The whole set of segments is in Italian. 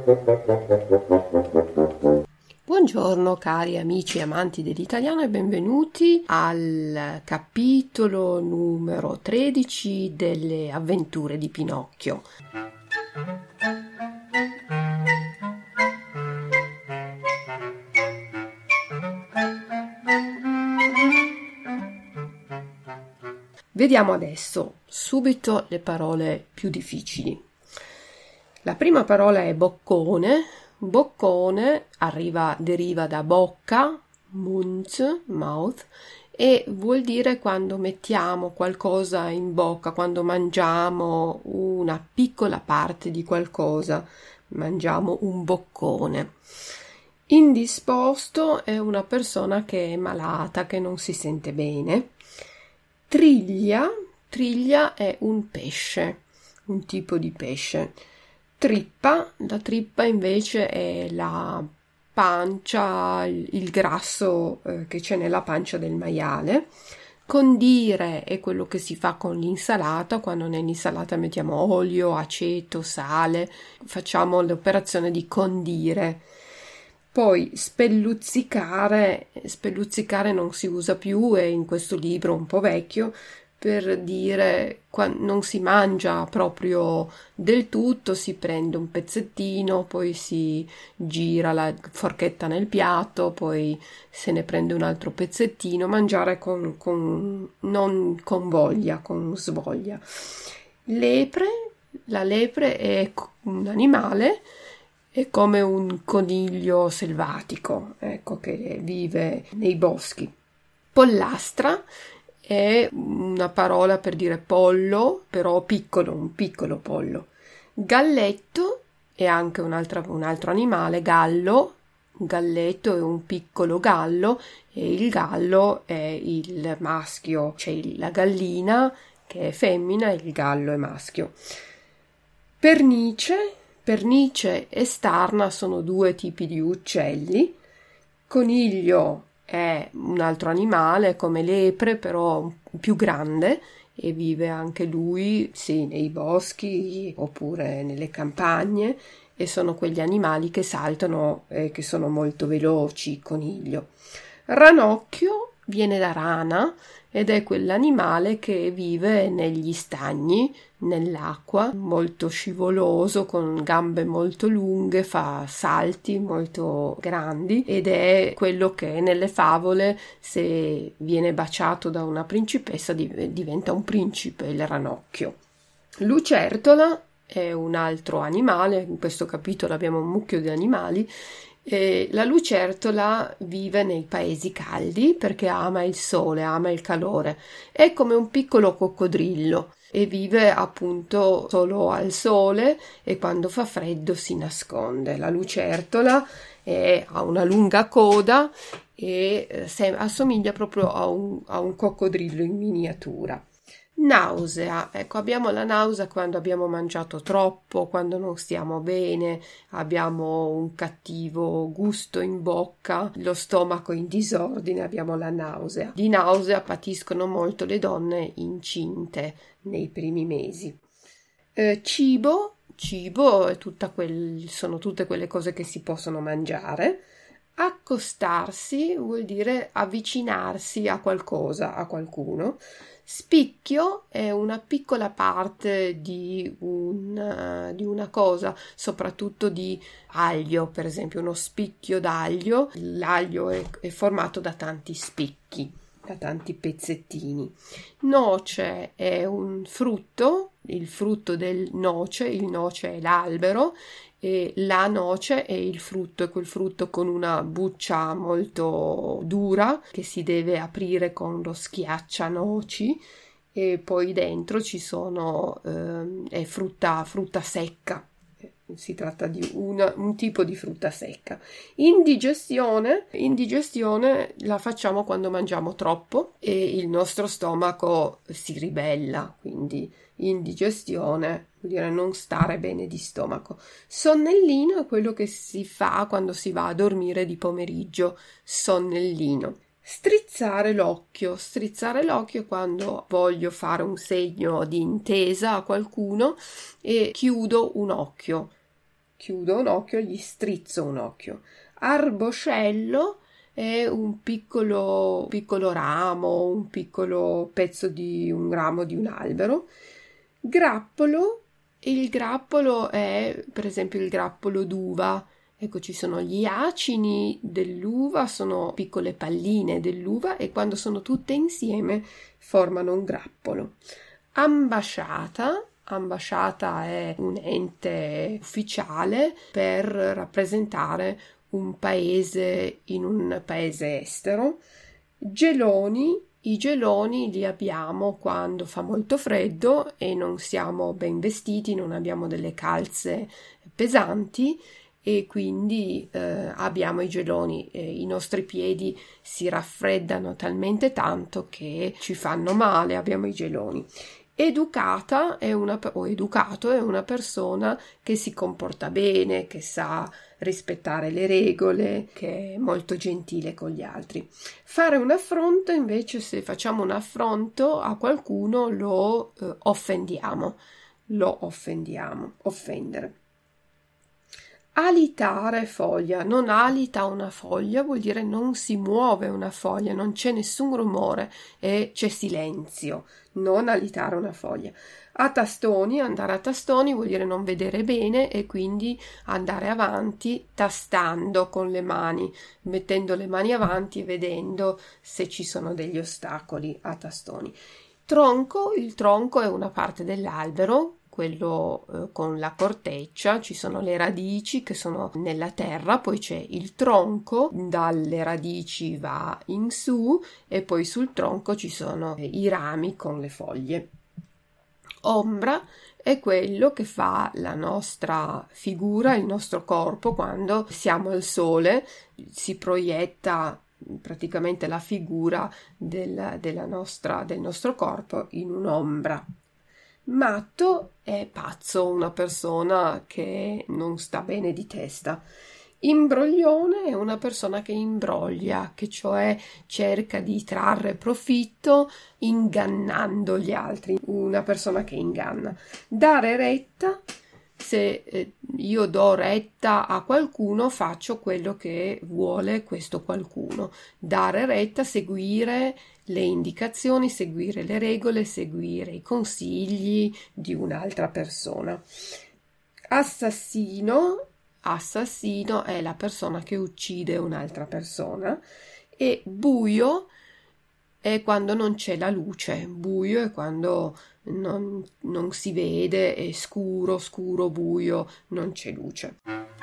Buongiorno cari amici e amanti dell'italiano e benvenuti al capitolo numero 13 delle avventure di Pinocchio. Vediamo adesso subito le parole più difficili. La prima parola è boccone. Boccone deriva da bocca, mouth, e vuol dire quando mettiamo qualcosa in bocca, quando mangiamo una piccola parte di qualcosa, mangiamo un boccone. Indisposto è una persona che è malata, che non si sente bene. Triglia è un pesce, un tipo di pesce. La trippa invece è la pancia, il grasso che c'è nella pancia del maiale. Condire è quello che si fa con l'insalata, quando nell'insalata mettiamo olio, aceto, sale, facciamo l'operazione di condire. Poi spelluzzicare non si usa più, è in questo libro un po' vecchio, per dire non si mangia proprio del tutto, si prende un pezzettino, poi si gira la forchetta nel piatto, poi se ne prende un altro pezzettino, mangiare non con voglia, con svoglia. La lepre è un animale, è come un coniglio selvatico, ecco, che vive nei boschi. Pollastra è una parola per dire pollo, però piccolo, un piccolo pollo. Galletto è anche un altro animale, gallo. Galletto è un piccolo gallo e il gallo è il maschio, c'è la gallina che è femmina e il gallo è maschio. Pernice e starna sono due tipi di uccelli. Coniglio è un altro animale come lepre, però più grande, e vive anche lui, sì, nei boschi oppure nelle campagne, e sono quegli animali che saltano e che sono molto veloci. Coniglio. Ranocchio viene da rana ed è quell'animale che vive negli stagni, nell'acqua, molto scivoloso, con gambe molto lunghe, fa salti molto grandi ed è quello che nelle favole, se viene baciato da una principessa, diventa un principe, il ranocchio. Lucertola è un altro animale, in questo capitolo abbiamo un mucchio di animali. La lucertola vive nei paesi caldi perché ama il sole, ama il calore. È come un piccolo coccodrillo e vive appunto solo al sole e quando fa freddo si nasconde. La lucertola ha una lunga coda e assomiglia proprio a un coccodrillo in miniatura. Nausea, ecco, abbiamo la nausea quando abbiamo mangiato troppo, quando non stiamo bene, abbiamo un cattivo gusto in bocca, lo stomaco in disordine, abbiamo la nausea. Di nausea patiscono molto le donne incinte nei primi mesi. Cibo è sono tutte quelle cose che si possono mangiare. Accostarsi vuol dire avvicinarsi a qualcosa, a qualcuno. Spicchio è una piccola parte di una cosa, soprattutto di aglio, per esempio uno spicchio d'aglio. L'aglio è formato da tanti spicchi, da tanti pezzettini. Noce è un frutto, il frutto del noce, il noce è l'albero e la noce è il frutto, è quel frutto con una buccia molto dura che si deve aprire con lo schiaccianoci e poi dentro ci sono è frutta secca. Si tratta di un tipo di frutta secca. Indigestione la facciamo quando mangiamo troppo e il nostro stomaco si ribella, quindi indigestione vuol dire non stare bene di stomaco. Sonnellino è quello che si fa quando si va a dormire di pomeriggio, sonnellino. Strizzare l'occhio è quando voglio fare un segno di intesa a qualcuno e chiudo un occhio. chiudo un occhio, gli strizzo un occhio. Arboscello è un piccolo ramo, un piccolo pezzo di un ramo di un albero. Grappolo, il grappolo è per esempio il grappolo d'uva. Ecco, ci sono gli acini dell'uva, sono piccole palline dell'uva e quando sono tutte insieme formano un grappolo. Ambasciata è un ente ufficiale per rappresentare un paese in un paese estero. I geloni li abbiamo quando fa molto freddo e non siamo ben vestiti, non abbiamo delle calze pesanti e quindi abbiamo i geloni. I nostri piedi si raffreddano talmente tanto che ci fanno male, abbiamo i geloni. Educato è una persona che si comporta bene, che sa rispettare le regole, che è molto gentile con gli altri. Fare un affronto, invece, se facciamo un affronto a qualcuno lo offendiamo. Offendere. Alitare foglia, non alita una foglia, vuol dire non si muove una foglia, non c'è nessun rumore e c'è silenzio, non alitare una foglia. Andare a tastoni vuol dire non vedere bene e quindi andare avanti tastando con le mani, mettendo le mani avanti e vedendo se ci sono degli ostacoli a tastoni. Il tronco è una parte dell'albero, quello con la corteccia, ci sono le radici che sono nella terra, poi c'è il tronco, dalle radici va in su e poi sul tronco ci sono i rami con le foglie. Ombra è quello che fa la nostra figura, il nostro corpo quando siamo al sole, si proietta praticamente la figura del nostro corpo in un'ombra. Matto è pazzo, una persona che non sta bene di testa. Imbroglione è una persona che imbroglia, che cioè cerca di trarre profitto ingannando gli altri, una persona che inganna. Dare retta, se io do retta a qualcuno, faccio quello che vuole questo qualcuno. Dare retta, seguire le indicazioni, seguire le regole, seguire i consigli di un'altra persona. Assassino è la persona che uccide un'altra persona e buio è quando non c'è la luce. Buio è quando non si vede, è scuro, buio, non c'è luce.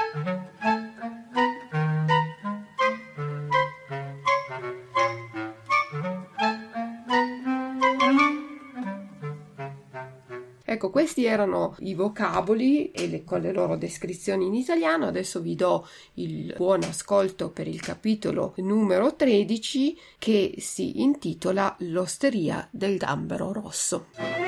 Ecco, questi erano i vocaboli con le loro descrizioni in italiano. Adesso vi do il buon ascolto per il capitolo numero 13 che si intitola L'osteria del gambero rosso.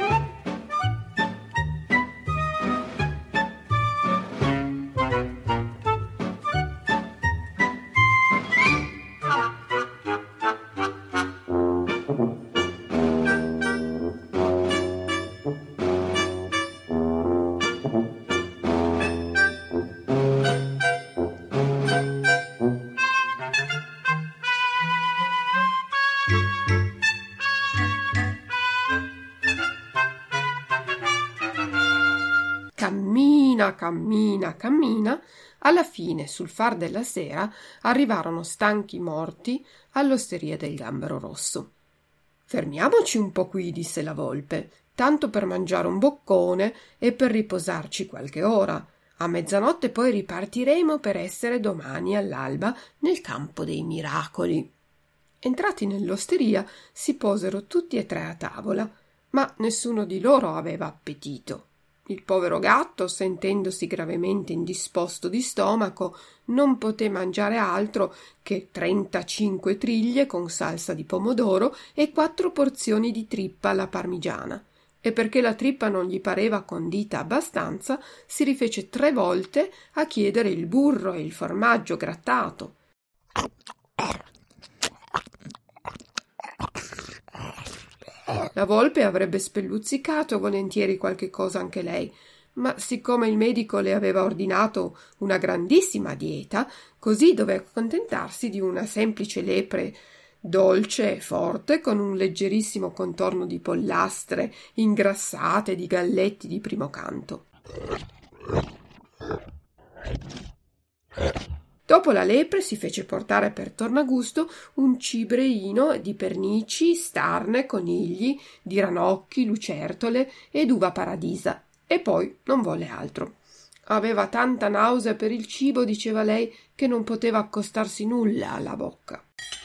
Cammina, alla fine, sul far della sera, arrivarono stanchi morti all'osteria del gambero rosso. Fermiamoci un po' qui, disse la volpe, tanto per mangiare un boccone e per riposarci qualche ora. A mezzanotte poi ripartiremo per essere domani all'alba nel campo dei miracoli. Entrati nell'osteria, si posero tutti e tre a tavola, ma nessuno di loro aveva appetito. Il povero gatto, sentendosi gravemente indisposto di stomaco, non poté mangiare altro che 35 triglie con salsa di pomodoro e 4 porzioni di trippa alla parmigiana. E perché la trippa non gli pareva condita abbastanza, si rifece 3 volte a chiedere il burro e il formaggio grattato. La volpe avrebbe spelluzzicato volentieri qualche cosa anche lei, ma siccome il medico le aveva ordinato una grandissima dieta, così doveva accontentarsi di una semplice lepre dolce e forte, con un leggerissimo contorno di pollastre ingrassate di galletti di primo canto. Dopo la lepre si fece portare per tornagusto un cibreino di pernici, starne, conigli, di ranocchi, lucertole ed uva paradisa, e poi non volle altro. Aveva tanta nausea per il cibo, diceva lei, che non poteva accostarsi nulla alla bocca.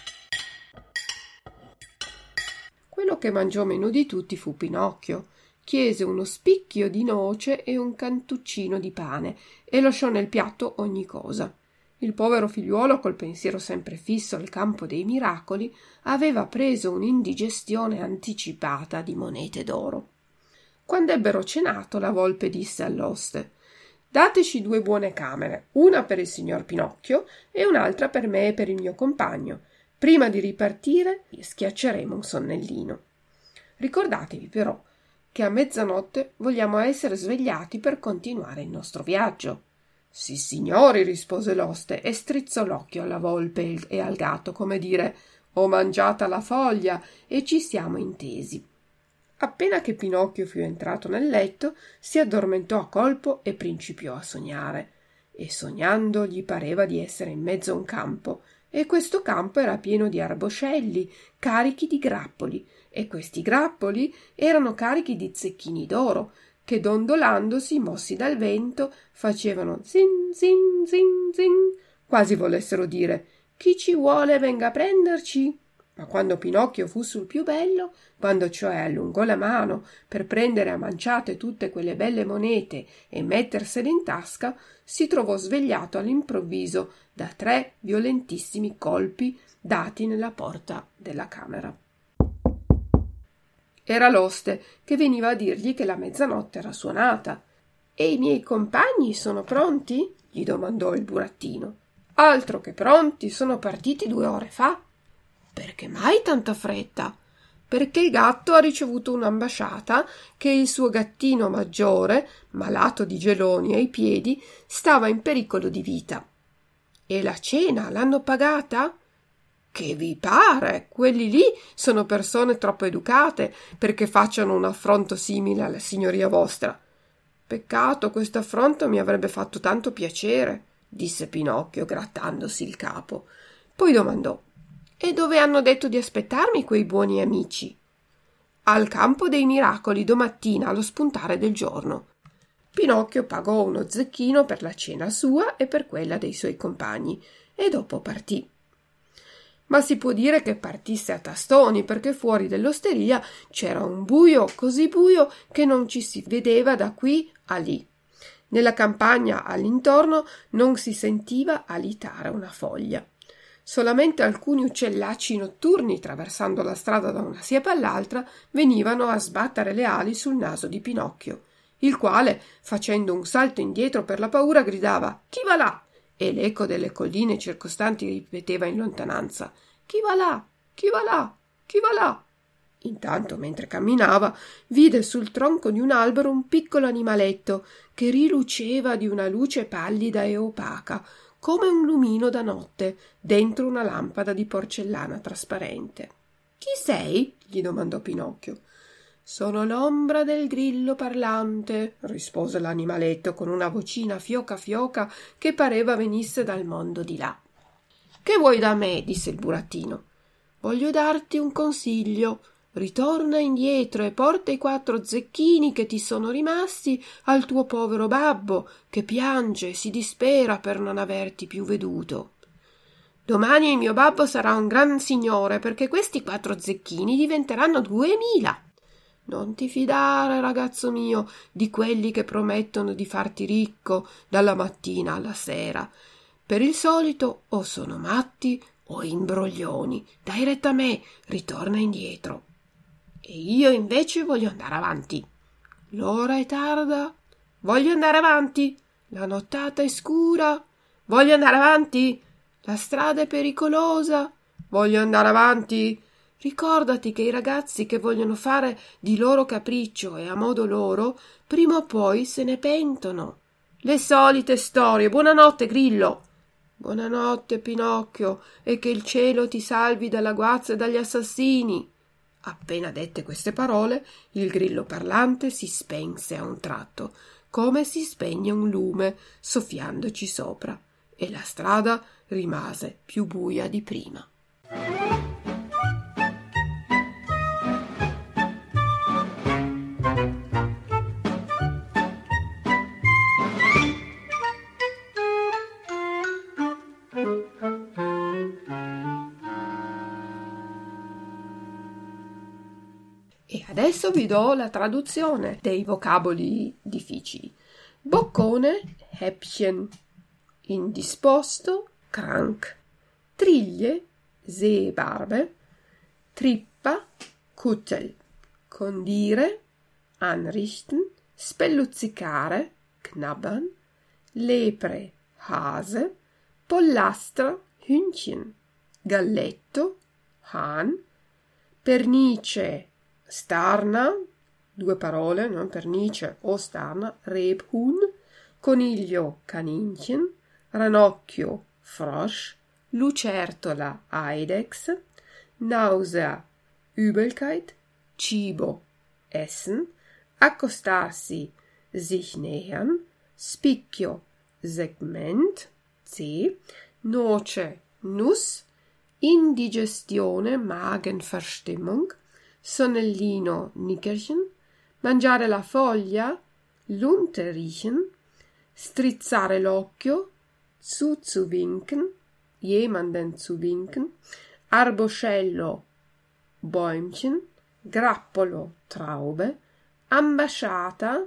Quello che mangiò meno di tutti fu Pinocchio. Chiese uno spicchio di noce e un cantuccino di pane e lasciò nel piatto ogni cosa. Il povero figliuolo, col pensiero sempre fisso al campo dei miracoli, aveva preso un'indigestione anticipata di monete d'oro. Quando ebbero cenato, la volpe disse all'oste: «Dateci 2 buone camere, una per il signor Pinocchio e un'altra per me e per il mio compagno. Prima di ripartire schiacceremo un sonnellino. Ricordatevi però che a mezzanotte vogliamo essere svegliati per continuare il nostro viaggio». «Sì, signori», rispose l'oste e strizzò l'occhio alla volpe e al gatto, come dire: «Ho mangiata la foglia e ci siamo intesi». Appena che Pinocchio fu entrato nel letto, si addormentò a colpo e principiò a sognare. E sognando gli pareva di essere in mezzo a un campo, e questo campo era pieno di arboscelli carichi di grappoli, e questi grappoli erano carichi di zecchini d'oro, che dondolandosi, mossi dal vento, facevano zin zin zin zin, quasi volessero dire: «Chi ci vuole venga a prenderci». Ma quando Pinocchio fu sul più bello, quando cioè allungò la mano per prendere a manciate tutte quelle belle monete e mettersele in tasca, si trovò svegliato all'improvviso da 3 violentissimi colpi dati nella porta della camera. Era l'oste che veniva a dirgli che la mezzanotte era suonata. «E i miei compagni sono pronti?» gli domandò il burattino. «Altro che pronti, sono partiti 2 ore fa». «Perché mai tanta fretta?» «Perché il gatto ha ricevuto un'ambasciata che il suo gattino maggiore, malato di geloni ai piedi, stava in pericolo di vita». «E la cena l'hanno pagata?» «Che vi pare? Quelli lì sono persone troppo educate perché facciano un affronto simile alla signoria vostra». «Peccato, questo affronto mi avrebbe fatto tanto piacere», disse Pinocchio grattandosi il capo. Poi domandò: «E dove hanno detto di aspettarmi quei buoni amici?» «Al campo dei miracoli, domattina allo spuntare del giorno». Pinocchio pagò uno zecchino per la cena sua e per quella dei suoi compagni e dopo partì. Ma si può dire che partisse a tastoni, perché fuori dell'osteria c'era un buio così buio che non ci si vedeva da qui a lì. Nella campagna all'intorno non si sentiva alitare una foglia. Solamente alcuni uccellacci notturni, traversando la strada da una siepe all'altra, venivano a sbattere le ali sul naso di Pinocchio, il quale, facendo un salto indietro per la paura, gridava: «Chi va là?» E l'eco delle colline circostanti ripeteva in lontananza: «Chi va là? Chi va là? Chi va là?» Intanto, mentre camminava, vide sul tronco di un albero un piccolo animaletto che riluceva di una luce pallida e opaca, come un lumino da notte, dentro una lampada di porcellana trasparente. «Chi sei?» gli domandò Pinocchio. «Sono l'ombra del grillo parlante», rispose l'animaletto con una vocina fioca fioca che pareva venisse dal mondo di là. «Che vuoi da me?» disse il burattino. «Voglio darti un consiglio. Ritorna indietro e porta i 4 zecchini che ti sono rimasti al tuo povero babbo, che piange e si dispera per non averti più veduto. Domani il mio babbo sarà un gran signore, perché questi 4 zecchini diventeranno 2000. Non ti fidare, ragazzo mio, di quelli che promettono di farti ricco dalla mattina alla sera. Per il solito o sono matti o imbroglioni. Dai retta a me, ritorna indietro». «E io invece voglio andare avanti». «L'ora è tarda». «Voglio andare avanti». «La nottata è scura». «Voglio andare avanti». «La strada è pericolosa». «Voglio andare avanti». Ricordati che i ragazzi che vogliono fare di loro capriccio e a modo loro, prima o poi se ne pentono. Le solite storie. Buonanotte, Grillo. Buonanotte, Pinocchio, e che il cielo ti salvi dalla guazza e dagli assassini. Appena dette queste parole, il grillo parlante si spense a un tratto, come si spegne un lume soffiandoci sopra, e la strada rimase più buia di prima. E adesso vi do la traduzione dei vocaboli difficili. Boccone, Häppchen, indisposto, krank, triglie, Seebarbe, trippa, Kuttel, condire, anrichten, spelluzzicare, knabbern, lepre, Hase, pollastra, Hühnchen, galletto, Hahn, pernice, starna, 2 parole, non pernice o starna, Rebhuhn, coniglio, Kaninchen, ranocchio, Frosch, lucertola, Eidechse, nausea, Übelkeit, cibo, Essen, accostarsi, sich nähern, spicchio, Segment, C, noce, Nuss, indigestione, Magenverstimmung, sonnellino, Nickerchen, mangiare la foglia, Lunte riechen, strizzare l'occhio, zuzuwinken, jemanden zu winken, arboscello, Bäumchen, grappolo, Traube, ambasciata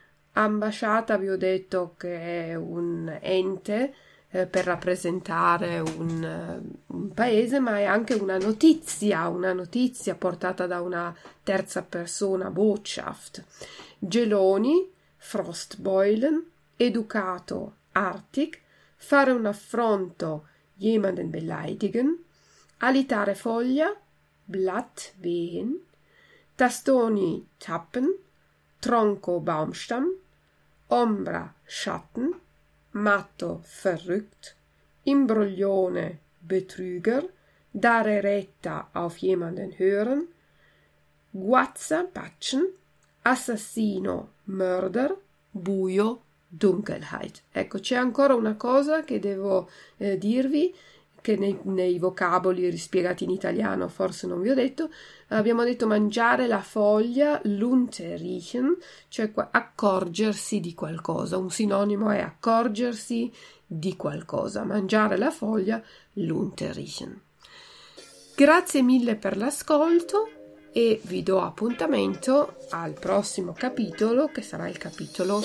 vi ho detto che è un ente per rappresentare un paese, ma è anche una notizia portata da una terza persona, Botschaft. Geloni, Frostbeulen, educato, artig, fare un affronto, jemanden beleidigen, alitare foglia, Blatt wehen, tastoni, tappen, tronco, Baumstamm, ombra, Schatten, matto, verrückt, imbroglione, Betrüger, dare retta auf jemanden hören, guazza, patschen, assassino, Mörder, buio, Dunkelheit. Ecco, c'è ancora una cosa che devo dirvi, che nei vocaboli rispiegati in italiano forse non vi ho detto. Abbiamo detto mangiare la foglia, Lunte riechen, cioè accorgersi di qualcosa. Un sinonimo è accorgersi di qualcosa. Mangiare la foglia, Lunte riechen. Grazie mille per l'ascolto e vi do appuntamento al prossimo capitolo, che sarà il capitolo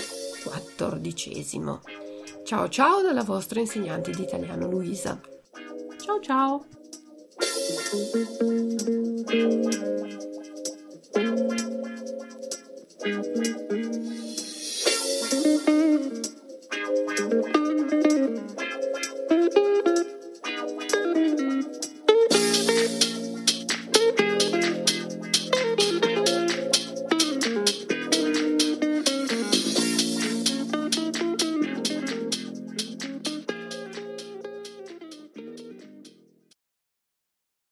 14. Ciao ciao dalla vostra insegnante di italiano Luisa. Ciao ciao!